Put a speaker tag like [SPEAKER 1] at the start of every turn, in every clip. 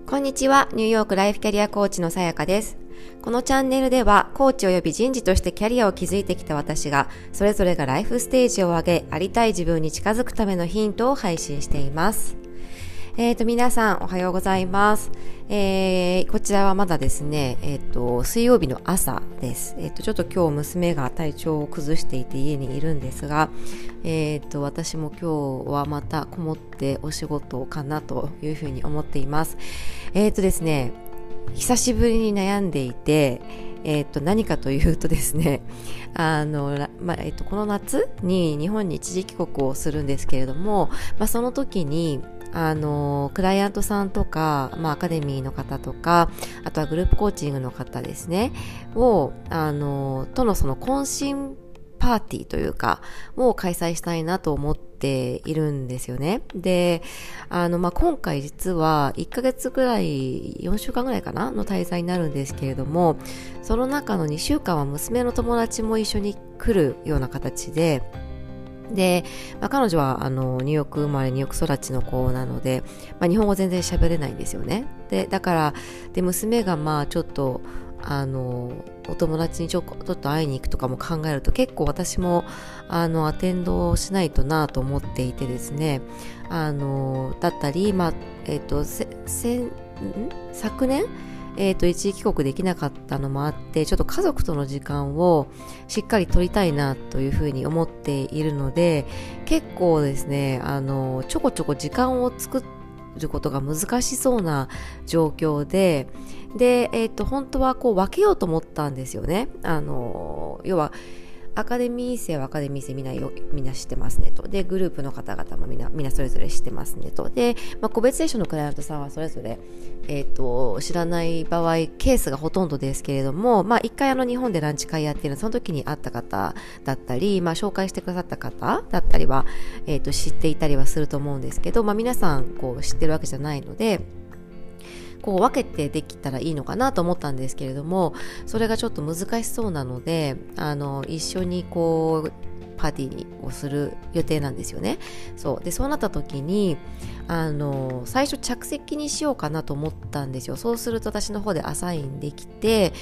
[SPEAKER 1] こんにちは、ニューヨークライフキャリアコーチのさやかです。このチャンネルでは、コーチ及び人事としてキャリアを築いてきた私が、それぞれがライフステージを上げ、ありたい自分に近づくためのヒントを配信しています。皆さんおはようございます。こちらはまだですね、水曜日の朝です。ちょっと今日娘が体調を崩していて家にいるんですが、私も今日はまたこもってお仕事かなというふうに思っています。ですね、久しぶりに悩んでいて、何かというとですね、この夏に日本に一時帰国をするんですけれども、その時にクライアントさんとか、アカデミーの方とか、あとはグループコーチングの方ですね、とのその懇親パーティーというか、を開催したいなと思っているんですよね。で、今回実は1ヶ月ぐらい、4週間ぐらいかなの滞在になるんですけれども、その中の2週間は娘の友達も一緒に来るような形で、彼女はニューヨーク生まれニューヨーク育ちの子なので、日本語全然喋れないんですよね。だから娘がちょっとお友達にちょっと会いに行くとかも考えると、結構私もアテンドしないとなと思っていてですね、だったり昨年一時帰国できなかったのもあって、ちょっと家族との時間をしっかり取りたいなというふうに思っているので、結構ですね、ちょこちょこ時間を作ることが難しそうな状況で、本当はこう分けようと思ったんですよね。要はアカデミー生はアカデミー生みんな知ってますねと。で、グループの方々もみんなそれぞれ知ってますねと。で、個別セッションのクライアントさんはそれぞれ、知らない場合、ケースがほとんどですけれども、一回日本でランチ会やってるの、その時に会った方だったり、紹介してくださった方だったりは、知っていたりはすると思うんですけど、皆さん、知ってるわけじゃないので、分けてできたらいいのかなと思ったんですけれども、それがちょっと難しそうなので、一緒にパーティーをする予定なんですよね。そうなった時に、最初着席にしようかなと思ったんですよ。そうすると私の方でアサインできて、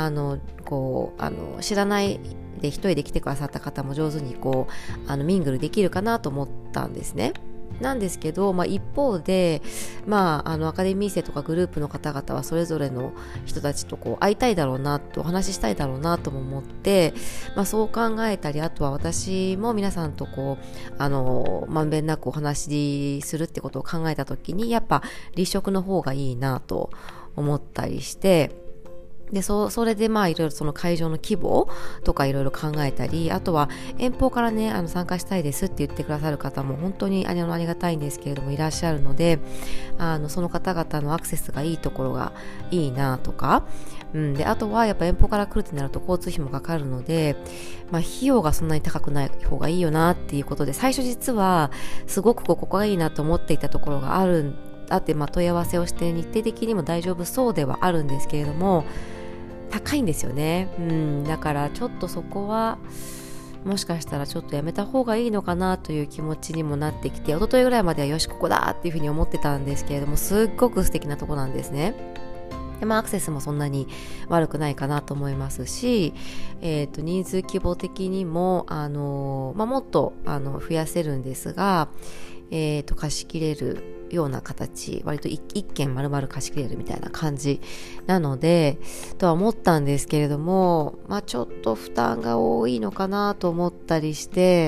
[SPEAKER 1] 知らないで一人で来てくださった方も上手にミングルできるかなと思ったんですね。なんですけど、一方で、アカデミー生とかグループの方々はそれぞれの人たちと会いたいだろうなと、お話ししたいだろうなとも思って、そう考えたり、あとは私も皆さんとまんべんなくお話しするってことを考えたときに、やっぱ立食の方がいいなと思ったりして、で、それでいろいろその会場の規模とかいろいろ考えたり、あとは遠方からね、参加したいですって言ってくださる方も本当にありがたいんですけれどもいらっしゃるので、その方々のアクセスがいいところがいいなとか、で、あとはやっぱ遠方から来るってなると交通費もかかるので、費用がそんなに高くない方がいいよなっていうことで、最初実はすごくここがいいなと思っていたところがあって、問い合わせをして日程的にも大丈夫そうではあるんですけれども、高いんですよね。だからちょっとそこはもしかしたらちょっとやめた方がいいのかなという気持ちにもなってきて、一昨日ぐらいまではよしここだっていうふうに思ってたんですけれども、すっごく素敵なとこなんですね。で、アクセスもそんなに悪くないかなと思いますし、人数規模的にももっと増やせるんですが、貸し切れるような形、割と一軒丸々貸し切れるみたいな感じなのでとは思ったんですけれども、ちょっと負担が多いのかなと思ったりして、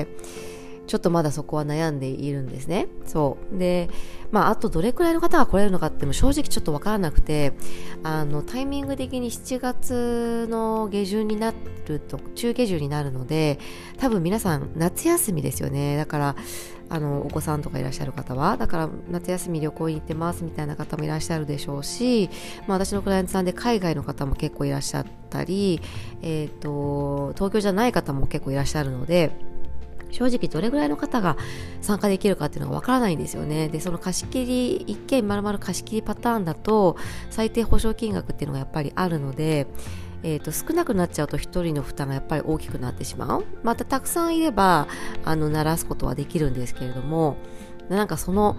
[SPEAKER 1] ちょっとまだそこは悩んでいるんですね。そうで、あとどれくらいの方が来れるのかっても正直ちょっとわからなくて、タイミング的に7月の下旬になると中下旬になるので、多分皆さん夏休みですよね。だからお子さんとかいらっしゃる方は、だから夏休み旅行に行ってますみたいな方もいらっしゃるでしょうし、私のクライアントさんで海外の方も結構いらっしゃったり、東京じゃない方も結構いらっしゃるので、正直どれぐらいの方が参加できるかっていうのがわからないんですよね。で、その貸し切り、一件丸々貸し切りパターンだと最低保証金額っていうのがやっぱりあるので、少なくなっちゃうと一人の負担がやっぱり大きくなってしまう。またたくさんいれば鳴らすことはできるんですけれども、なんかその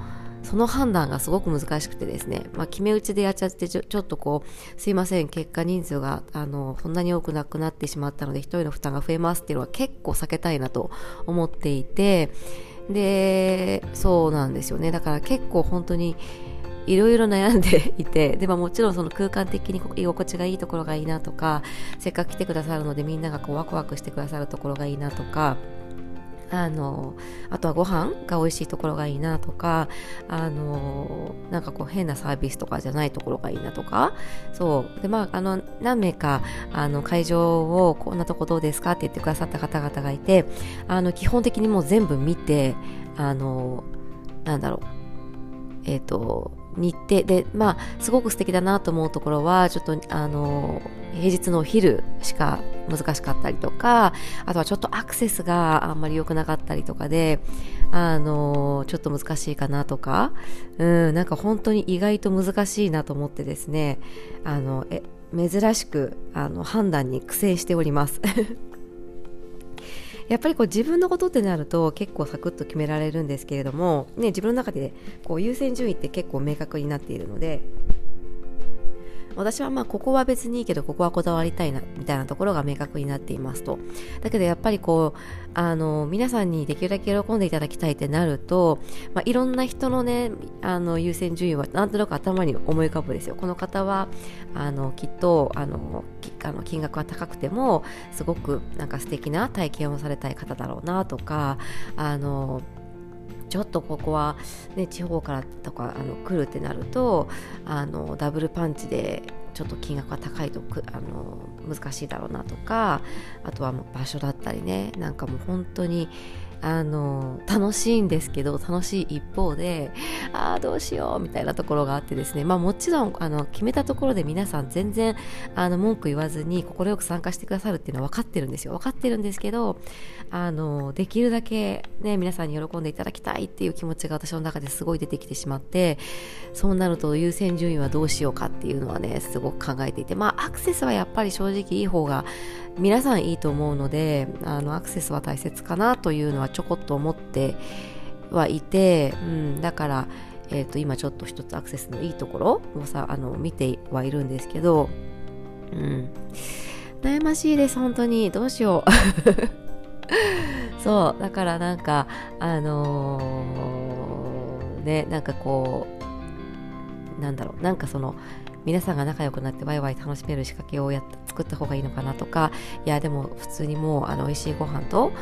[SPEAKER 1] その判断がすごく難しくてですね、決め打ちでやっちゃってちょっとこうすいません、結果人数がそんなに多くなくなってしまったので一人の負担が増えますっていうのは結構避けたいなと思っていて、でそうなんですよね。だから結構本当にいろいろ悩んでいて、で、もちろんその空間的に居心地がいいところがいいなとか、せっかく来てくださるのでみんながこうワクワクしてくださるところがいいなとか、あとはご飯が美味しいところがいいなとか、なんかこう変なサービスとかじゃないところがいいなとか、そうで、何名か会場をこんなとこどうですかって言ってくださった方々がいて、基本的にもう全部見て、なんだろう、日程で、すごく素敵だなと思うところは、ちょっと平日のお昼しか難しかったりとか、あとはちょっとアクセスがあんまり良くなかったりとかで、ちょっと難しいかなとか、なんか本当に意外と難しいなと思ってですね、珍しく判断に苦戦しておりますやっぱりこう自分のことってなると結構サクッと決められるんですけれども、自分の中でこう優先順位って結構明確になっているので、私はここは別にいいけどここはこだわりたいなみたいなところが明確になっていますと。だけどやっぱりこう皆さんにできるだけ喜んでいただきたいってなると、いろんな人のね優先順位はなんとなく頭に思い浮かぶんですよ。この方はきっと金額は高くてもすごくなんか素敵な体験をされたい方だろうなとか、ちょっとここは、地方からとか来るってなるとダブルパンチでちょっと金額が高いと難しいだろうなとか、あとはもう場所だったりね、なんかもう本当に楽しいんですけど、楽しい一方でどうしようみたいなところがあってですね、もちろん決めたところで皆さん全然文句言わずに快く参加してくださるっていうのは分かってるんですよ。分かってるんですけどできるだけね皆さんに喜んでいただきたいっていう気持ちが私の中ですごい出てきてしまって、そうなると優先順位はどうしようかっていうのはねすごく考えていて、アクセスはやっぱり正直いい方が皆さんいいと思うのでアクセスは大切かなというのはちょこっと思ってはいて、だから、今ちょっと一つアクセスのいいところを見てはいるんですけど、悩ましいです。本当にどうしようそうだからなんかなんかこうなんかその皆さんが仲良くなってワイワイ楽しめる仕掛けを作った方がいいのかなとか、いやでも普通にもう美味しいご飯と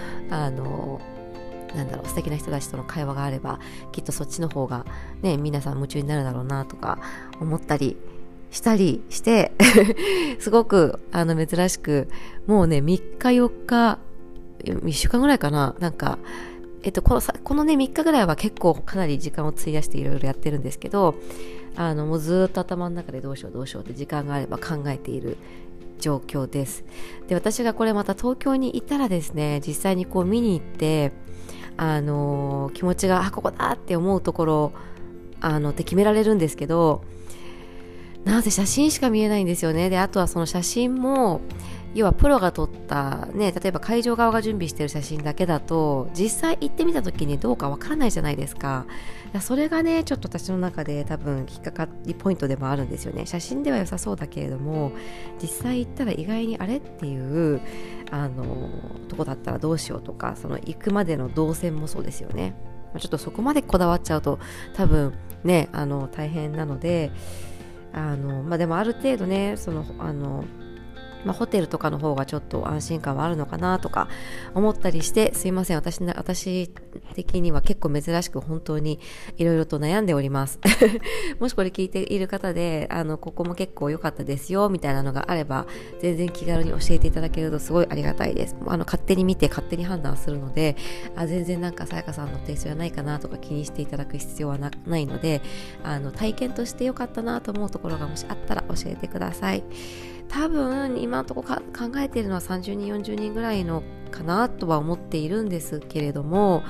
[SPEAKER 1] 素敵な人たちとの会話があればきっとそっちの方がね皆さん夢中になるだろうなとか思ったりしたりしてすごく珍しくもうね3日4日1週間ぐらいかな、なんかこのね3日ぐらいは結構かなり時間を費やしていろいろやってるんですけど、もうずっと頭の中でどうしようって時間があれば考えている状況です。で、私がこれまた東京にいたらですね、実際にこう見に行って気持ちがここだって思うところって決められるんですけど、なぜ写真しか見えないんですよね。で、あとはその写真も要はプロが撮ったね、例えば会場側が準備している写真だけだと実際行ってみた時にどうかわからないじゃないですか。それがねちょっと私の中で多分引っかかりポイントでもあるんですよね。写真では良さそうだけれども実際行ったら意外にあれっていうとこだったらどうしようとか、その行くまでの動線もそうですよね。ちょっとそこまでこだわっちゃうと多分ね大変なのででもある程度ねホテルとかの方がちょっと安心感はあるのかなとか思ったりして、すいません、私的には結構珍しく本当にいろいろと悩んでおりますもしこれ聞いている方でここも結構良かったですよみたいなのがあれば全然気軽に教えていただけるとすごいありがたいです。勝手に見て勝手に判断するので全然なんかさやかさんのテイストじゃないかなとか気にしていただく必要はないので体験として良かったなと思うところがもしあったら教えてください。多分今のところ考えているのは30人40人ぐらいのかなとは思っているんですけれども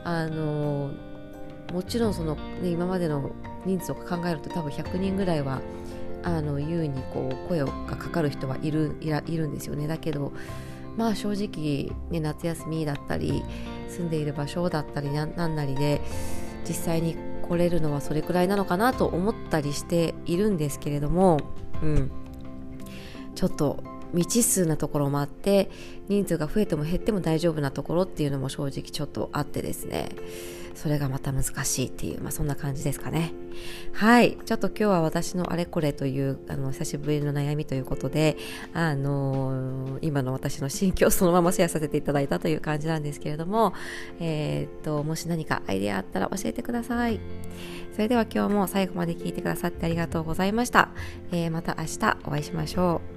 [SPEAKER 1] もちろん今までの人数を考えると多分100人ぐらいは優にこう声がかかる人はいるんですよね。だけど正直、ね、夏休みだったり住んでいる場所だったりなんなりで実際に来れるのはそれくらいなのかなと思ったりしているんですけれども、ちょっと未知数なところもあって、人数が増えても減っても大丈夫なところっていうのも正直ちょっとあってですね、それがまた難しいっていう、そんな感じですかね。はい、ちょっと今日は私のあれこれという久しぶりの悩みということで、今の私の心境をそのままシェアさせていただいたという感じなんですけれども、もし何かアイデアあったら教えてください。それでは今日も最後まで聞いてくださってありがとうございました。また明日お会いしましょう。